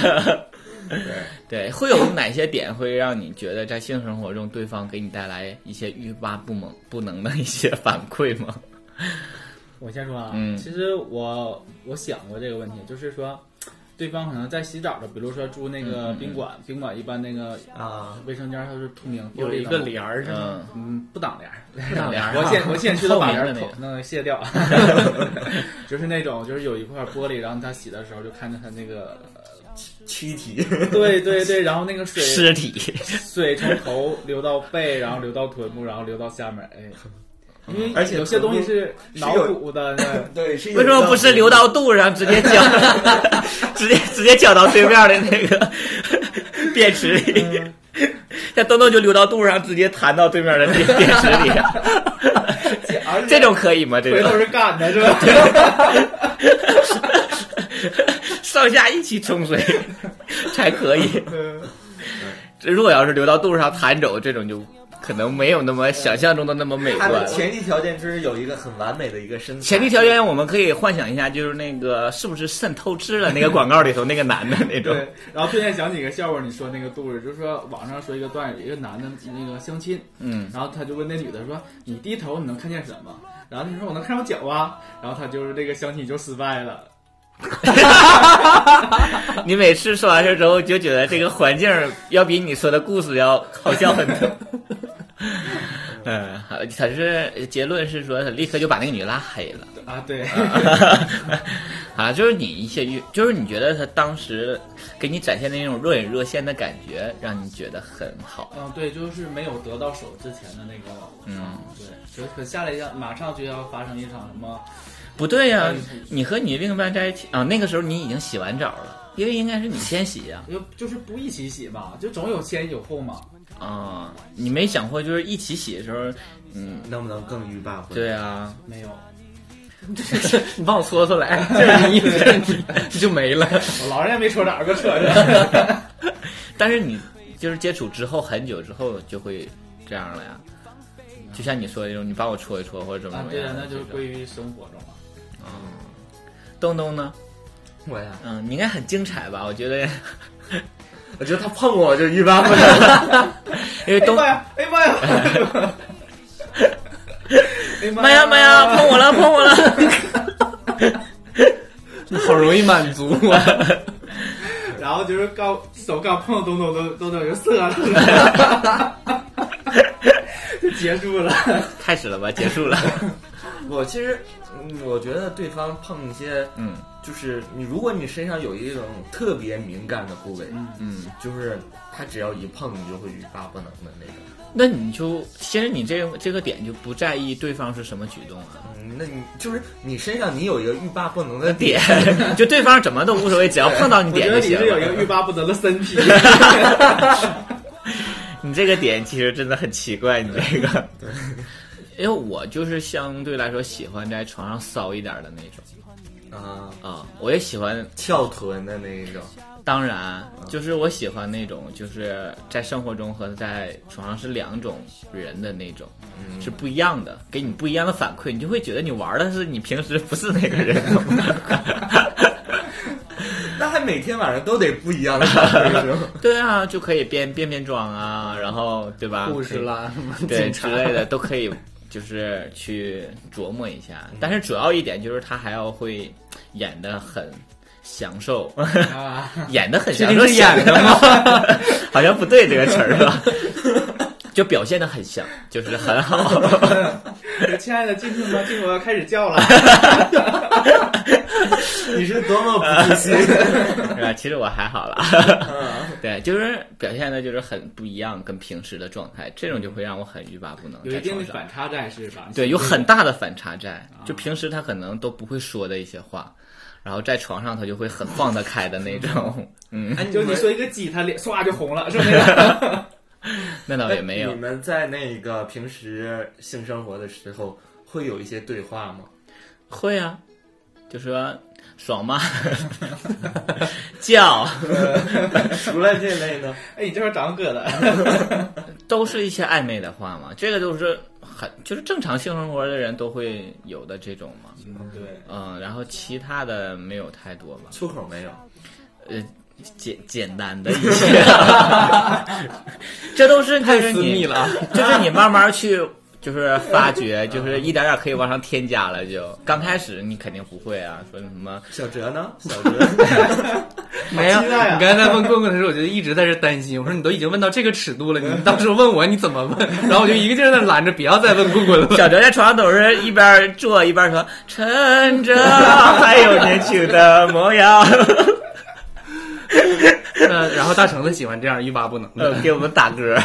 对，会有哪些点会让你觉得在性生活中对方给你带来一些欲罢不能不能的一些反馈吗？ 我先说啊， 嗯其实我我想过这个问题，就是说， 对方可能在洗澡的，比如说住那个宾馆，宾馆一般那个啊卫生间它是透明， 有一个帘儿是吗？ 嗯，不挡帘儿， 不挡帘儿。 我先我先去都把帘透明的那个那个卸掉，就是那种就是有一块玻璃，然后他洗的时候就看着他那个躯体， 对对对，然后那个水尸体， 水从头流到背，然后流到臀部，然后流到下面，哎。因为而且有些东西是脑补的， 对，是为什么不是流到肚上直接搅，直接直接搅到对面的那个便池里？像东东就流到肚上，直接弹到对面的便便池里。这种可以吗？这种腿都是干的，是吧？ 上下一起冲水才可以。如果要是流到肚上弹走，这种就。可能没有那么想象中的那么美观。 它的前提条件就是有一个很完美的一个身材。 前提条件我们可以幻想一下，就是那个是不是肾透支了？那个广告里头那个男的那种。 对，然后突然想起一个笑话，你说那个肚子，就是说网上说一个段子，一个男的那个相亲， 嗯， 然后他就问那女的说：“你低头你能看见什么？”然后他说：“我能看到脚啊。”然后他就是这个相亲就失败了。 你每次说完事之后，就觉得这个环境要比你说的故事要好笑很多。嗯，好，他是结论是说，他立刻就把那个女拉黑了啊，对， 啊，就是你一些，就是你觉得他当时给你展现的那种若隐若现的感觉，让你觉得很好。 嗯，对，就是没有得到手之前的那个， 嗯， 对，就可下来一下，马上就要发生一场什么？ 不对呀、啊，你和你另一半在一起啊，那个时候你已经洗完澡了，因为应该是你先洗呀、啊， 就就是不一起洗嘛，就总有先有后嘛。 啊，你没想过就是一起洗的时候，嗯， 能不能更欲罢不能？ 对啊， 没有， 你帮我搓搓来，就是你意思，你就没了。 我老人也没搓澡，给扯着。 但是你就是接触之后很久之后就会这样了呀，就像你说的那种，你帮我搓一搓或者怎么怎么样、 啊，对啊，那就是归于生活中了。 嗯，东东呢？ 我呀， 嗯，你应该很精彩吧？我觉得。 我觉得他碰我就欲罢不能， 因为东， 哎妈呀，哎妈呀妈呀，碰我了碰我了， 你好容易满足啊！ 然后就是刚手刚碰到东东，都东东就涩了，就结束了， 开始了吧？结束了。 我其实，嗯，我觉得对方碰一些， 嗯。 就是你，如果你身上有一种特别敏感的部位， 嗯， 就是他只要一碰，你就会欲罢不能的那种。 那你就其实你这个这个点就不在意对方是什么举动啊？ 嗯，那你就是你身上你有一个欲罢不能的点，就对方怎么都无所谓，只要碰到你点就行了。 我觉得你是有一个欲罢不能的身体。 你这个点其实真的很奇怪，你这个。 对， 因为我就是相对来说喜欢在床上骚一点的那种。 啊啊！我也喜欢翘臀的那一种， 当然，就是我喜欢那种，就是在生活中和在床上是两种人的那种， 嗯、 是不一样的，给你不一样的反馈，你就会觉得你玩的是你平时不是那个人。 那还每天晚上都得不一样的反馈。 对啊，就可以变变变装啊，然后对吧？ 护士啦， 对之类的都可以。就是去琢磨一下，但是主要一点就是他还要会演得很享受， 啊、 演得很享受， 是演的吗？ 好像不对这个词儿吧？就表现得很像，就是很好。 亲爱的，进去吗？进我要开始叫了。 你是多么不自信， 是吧？其实我还好啦。对，就是表现的就是很不一样，跟平时的状态，这种就会让我很欲罢不能。 有一定的反差在是吧？ 对，有很大的反差在。就平时他可能都不会说的一些话，然后在床上他就会很放得开的那种。嗯， 就你说一个鸡，他脸唰就红了，是不是？ 那倒也没有。 你们在那个平时性生活的时候会有一些对话吗？ 会啊，就说爽吗？叫。 除了这类呢？ 哎，你这会长个子。 都是一些暧昧的话嘛，这个都是很就是正常性生活的人都会有的这种嘛。 嗯，对。 嗯，然后其他的没有太多吧。 出口没有？ 呃。简简单的一些，这都是太私密了， 就是你慢慢去就是发觉，就是一点点可以往上添加了就。刚开始你肯定不会啊，说什么小哲呢？小哲没有。你刚才在问棍棍的时候，我就一直在这担心。我说你都已经问到这个尺度了，你到时候问我你怎么问？然后我就一个劲儿在拦着，不要再问棍棍了。 小哲在床上都是一边坐一边说：“趁着还有年轻的模样。” 呃，然后大橙子喜欢这样欲罢不能的， 呃，给我们打歌。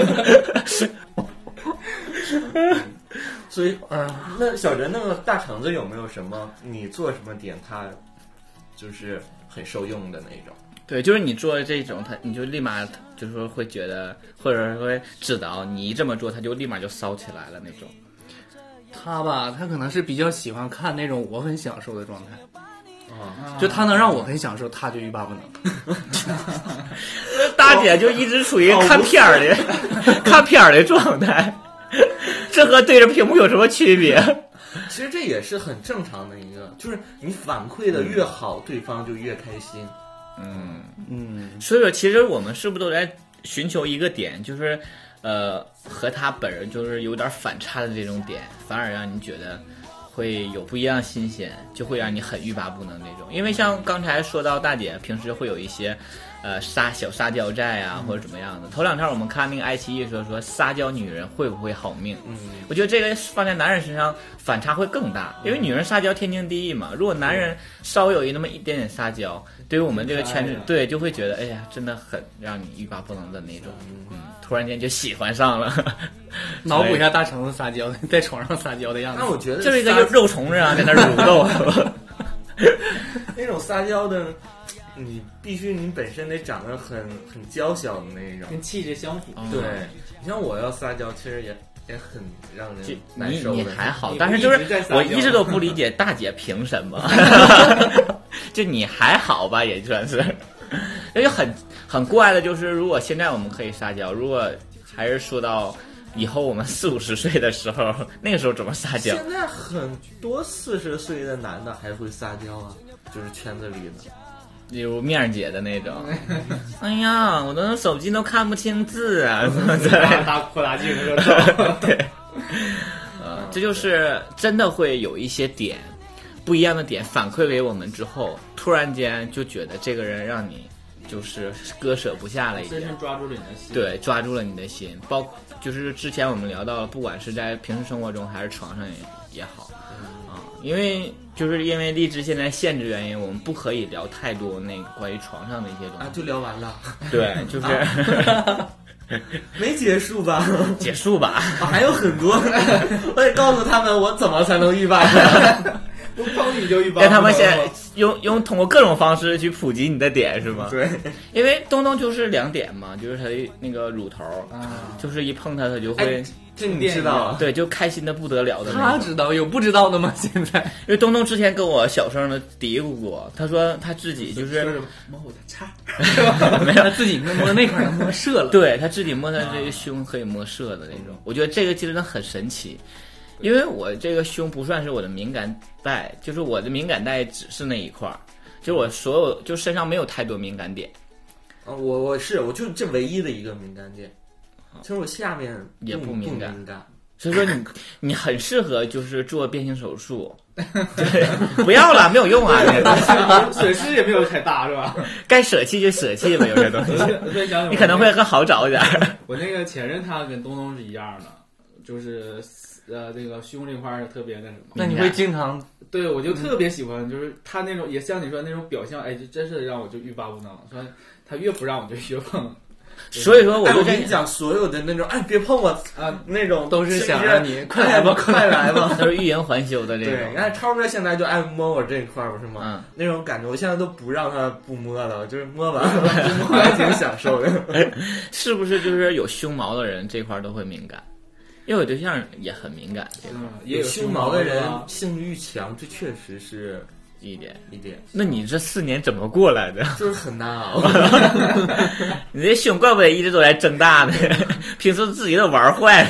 所以，嗯、呃，那小哲那个大橙子有没有什么你做什么点他就是很受用的那种？ 对，就是你做这种，他你就立马就是说会觉得，或者说会知道你一这么做，他就立马就烧起来了那种。 他吧，他可能是比较喜欢看那种我很享受的状态。啊，就他能让我很享受，他就欲罢不能。 大姐就一直处于看片儿的、看片儿的状态，这和对着屏幕有什么区别？ 其实这也是很正常的一个，就是你反馈的越好，嗯、对方就越开心。 嗯嗯，所以说，其实我们是不是都在寻求一个点，就是呃，和他本人就是有点反差的这种点，反而让你觉得会有不一样新鲜，就会让你很欲罢不能那种。因为像刚才说到大姐平时会有一些呃撒小撒娇债啊，或者怎么样的。头两天我们看那个爱奇艺说说撒娇女人会不会好命，嗯，我觉得这个放在男人身上反差会更大，因为女人撒娇天经地义嘛。如果男人稍微有一那么一点点撒娇，对于我们这个圈子，对就会觉得哎呀，真的很让你欲罢不能的那种，嗯，突然间就喜欢上了。 脑补一下大橙子撒娇在床上撒娇的样子， 那我觉得就是一个肉虫子啊，在那蠕动。 那种撒娇的，你必须你本身得长得很很娇小的那种， 跟气质相符。 对，你像我要撒娇，其实也也很让人难受的。 你你还好，但是就是我一直都不理解大姐凭什么？就你还好吧，也算是。因为很很怪的就是，如果现在我们可以撒娇，如果还是说到以后我们四五十岁的时候，那个时候怎么撒娇？ 现在很多四十岁的男的还会撒娇啊，就是圈子里的， 例如面儿姐的那种。哎呀，我的手机都看不清字啊，什么的， 大扩大镜那种。 对，呃，这就是真的会有一些点不一样的点反馈给我们之后，突然间就觉得这个人让你就是割舍不下了一点， 深深抓住了你的心。 对，抓住了你的心。包括就是之前我们聊到了，不管是在平时生活中还是床上也也好，啊、嗯，因为就是因为荔枝现在限制原因，我们不可以聊太多那个关于床上的一些东西。 啊，就聊完了。 对，就是。 啊没结束吧？ 结束吧、 啊，还有很多，我得告诉他们我怎么才能欲罢不能。 不碰你就欲罢不能。 让他们先用用通过各种方式去普及你的点是吗？ 对， 因为东东就是两点嘛，就是他的那个乳头啊，就是一碰它他就会。 哎这你知道？ 对，就开心的不得了的那种。 他知道，有不知道的吗？现在， 因为东东之前跟我小声的嘀咕过，他说他自己就是摸我的叉， 没有他自己摸那块儿摸射了。 对他自己摸他这个胸可以摸射的那种，我觉得这个真的很神奇。因为我这个胸不算是我的敏感带，就是我的敏感带只是那一块儿，就我所有就身上没有太多敏感点。 啊，我我是我就这唯一的一个敏感点。其实我下面也不敏感， 敏感所以说你你很适合就是做变性手术，对，不要了，没有用啊，这个损失也没有太大，是吧？ 该舍弃就舍弃吧，有些东西，你可能会更好找一点。 我那个前任他跟东东是一样的，就是呃这个胸这块是特别那什么。 那你会经常对我就特别喜欢，就是他那种也像你说那种表象，哎，就真是让我就欲罢不能。说他越不让我就越碰。 所以说我就、 哎、我跟你讲，所有的那种哎别碰我啊那种都是想让你快来吧快来吧， 都是欲言还休的这种。 对，你看超哥现在就爱摸我这一块，不是吗？ 嗯， 那种感觉我现在都不让他不摸了，就是摸完了不摸还挺享受的。 是不是就是有胸毛的人这块都会敏感？因为我对象也很敏感，这个、 嗯、也有胸毛的人性欲强，这确实是。 一点一点， 那你这四年怎么过来的？ 就是很难熬。 你这胸怪不得一直都在增大呢？平时自己都玩坏了。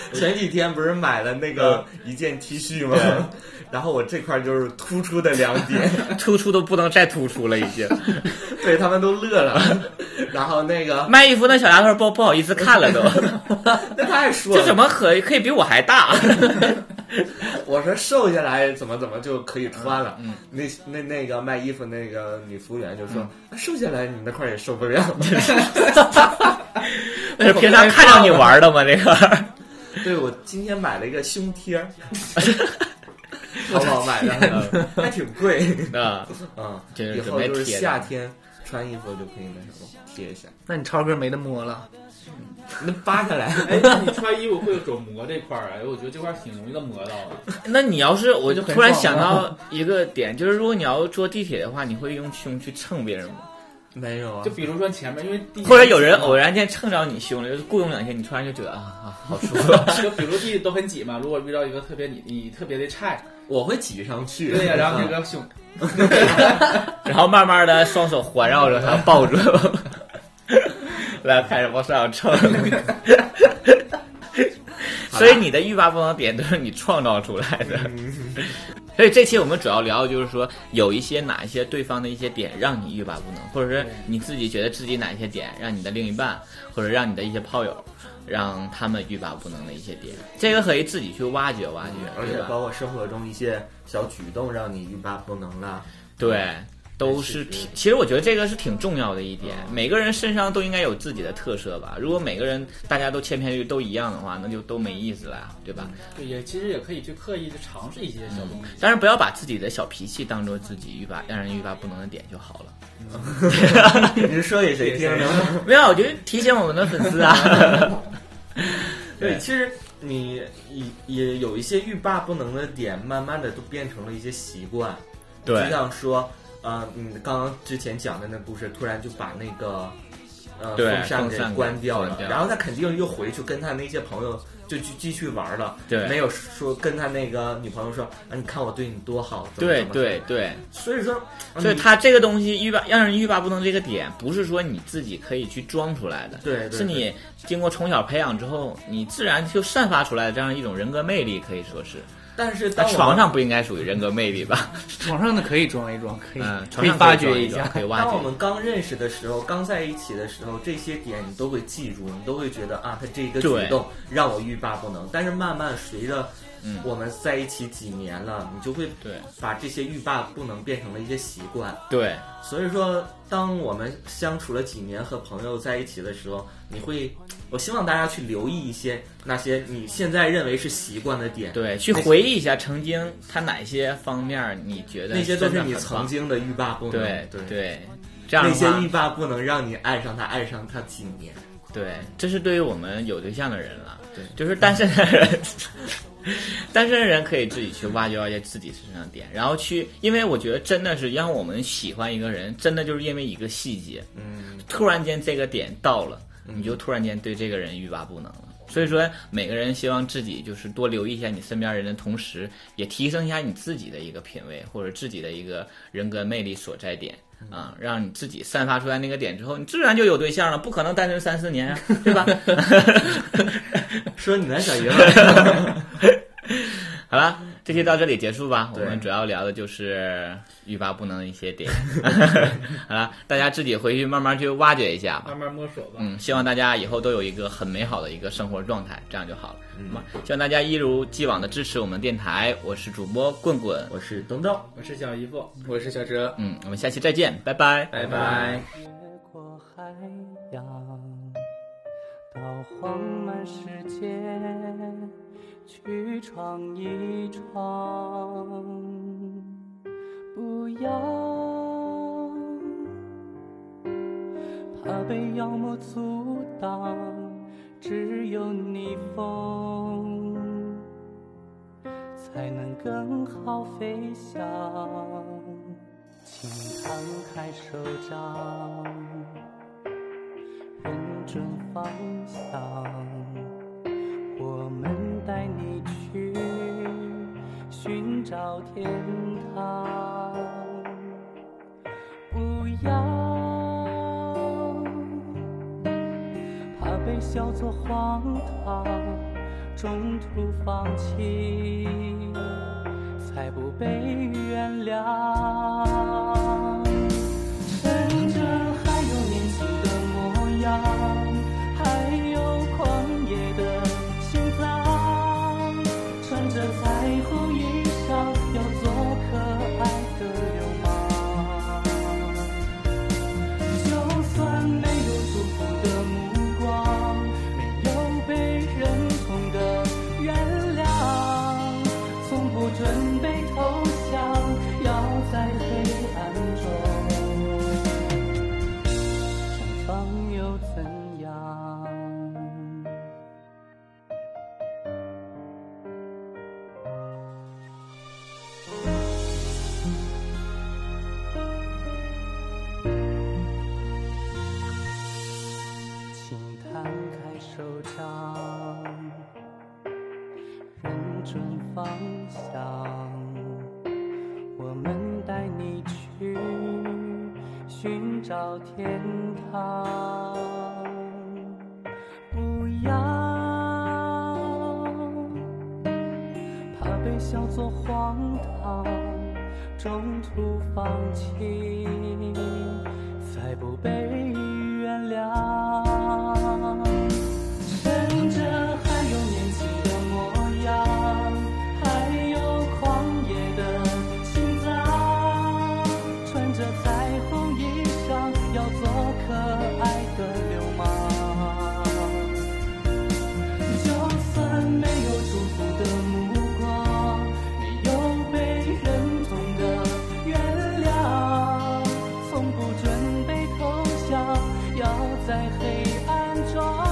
前几天不是买了那个一件 T 恤吗？然后我这块就是突出的两点， 突出都不能再突出了，已经。 对他们都乐了。然后那个卖衣服那小丫头不不好意思看了都， 那他还说这怎么可以可以比我还大？ 我说瘦下来怎么怎么就可以穿了。嗯，那那那个卖衣服那个女服务员就说、嗯啊、瘦下来你那块也受不了。 那是平常看着你玩的吗？这个？ 对，我今天买了一个胸贴。淘宝买的，还挺贵啊。 嗯，以后就是夏天穿衣服就可以那什么贴一下。 那你超哥没得摸了， 那扒下来。 哎，那你穿衣服会有手磨这块儿啊？我觉得这块挺容易的磨到的。 那你要是，我就突然想到一个点，就是如果你要坐地铁的话，你会用胸去蹭别人吗？ 没有啊， 就比如说前面，因为地或者有人偶然间蹭着你胸了，就是雇佣两天，你突然就觉得啊啊好舒服。 就比如地铁都很挤嘛，如果遇到一个特别你你特别的菜， 我会挤上去。 对呀、啊，然后那个胸， 然后慢慢的双手环绕着他抱住，来开始往上蹭。所以你的欲罢不能点都是你创造出来的。所以这期我们主要聊的就是说，有一些哪一些对方的一些点让你欲罢不能，或者是你自己觉得自己哪一些点让你的另一半或者让你的一些炮友让他们欲罢不能的一些点，这个可以自己去挖掘挖掘， 而且包括生活中一些小举动让你欲罢不能了。 对，都是挺，其实我觉得这个是挺重要的一点。每个人身上都应该有自己的特色吧。如果每个人大家都千篇一律都一样的话，那就都没意思了，对吧？ 对，也其实也可以去刻意去尝试一些小东西， 但是不要把自己的小脾气当做自己欲罢让人欲罢不能的点就好了。 你是说给谁听呢？ 没有，我就提醒我们的粉丝啊。 对，其实你也也有一些欲罢不能的点，慢慢的都变成了一些习惯。 对， 就像说。呃，你刚刚之前讲的那故事，突然就把那个呃风扇给关掉了，然后他肯定又回去跟他那些朋友就去继续玩了， 对， 没有说跟他那个女朋友说啊，你看我对你多好， 对对对， 所以说， 所以他这个东西欲罢让人欲罢不能这个点，不是说你自己可以去装出来的， 对， 是你经过从小培养之后，你自然就散发出来的这样一种人格魅力，可以说是。 但是在床上不应该属于人格魅力吧？ 床上的可以装一装，可以， 嗯， 可以发掘一下， 可以挖掘。 当我们刚认识的时候，刚在一起的时候，这些点你都会记住，你都会觉得啊，他这个举动让我欲罢不能。但是慢慢随着我们在一起几年了，你就会对把这些欲罢不能变成了一些习惯。 对， 所以说，当我们相处了几年和朋友在一起的时候，你会。我希望大家去留意一些那些你现在认为是习惯的点， 对，去回忆一下曾经他哪些方面你觉得那些都是你曾经的欲罢不能， 对对对，这样那些欲罢不能让你爱上他，爱上他几年， 对，这是对于我们有对象的人了，对，就是单身的人，单身的人可以自己去挖掘挖掘自己身上的点，然后去，因为我觉得真的是让我们喜欢一个人，真的就是因为一个细节，嗯，突然间这个点到了。你就突然间对这个人欲罢不能了，所以说每个人希望自己就是多留意一下你身边人的同时，也提升一下你自己的一个品味或者自己的一个人格魅力所在点啊，让你自己散发出来那个点之后，你自然就有对象了，不可能单身三四年啊，对吧？ 说你呢，小姨。 好了，这期到这里结束吧。我们主要聊的就是欲罢不能的一些点。好了，大家自己回去慢慢去挖掘一下吧， 慢慢摸索吧。 嗯，希望大家以后都有一个很美好的一个生活状态，这样就好了。嗯，希望大家一如既往的支持我们电台。我是主播棍棍， 我是东东， 我是小姨夫， 我是小哲。 嗯，我们下期再见，拜拜， 拜拜。 越过海洋，到荒蛮世界。去闯一闯，不要怕被妖魔阻挡，只有逆风才能更好飞翔。请摊开手掌，认准方向，我们带你去寻找天堂，不要怕被笑作荒唐， 中途放弃，才不被原谅。趁着还有年轻的模样，还有狂野的心脏，穿着彩虹衣裳，要做可爱的流氓。就算没有祝福的目光，没有被认同的原谅，从不准备投降，要在黑暗中绽放又怎样？轻摊开手掌，认准方向，我们带你去寻找天堂。不要怕被笑作荒唐，中途放弃，才不被原谅。趁着还有年轻的模样，还有狂野的心脏，穿着彩虹衣裳，要做可爱的流氓。就算没有祝福的目光，没有被认同的原谅，从不准备投降，要在黑暗中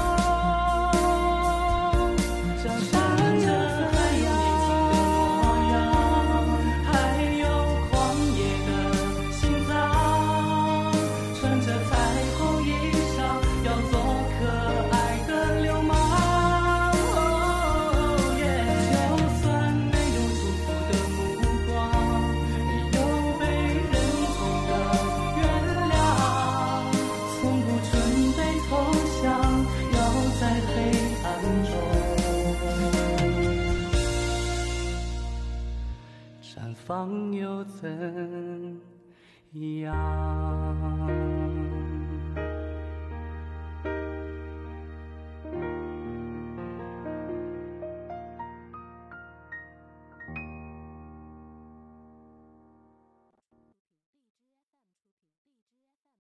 绽放又怎样？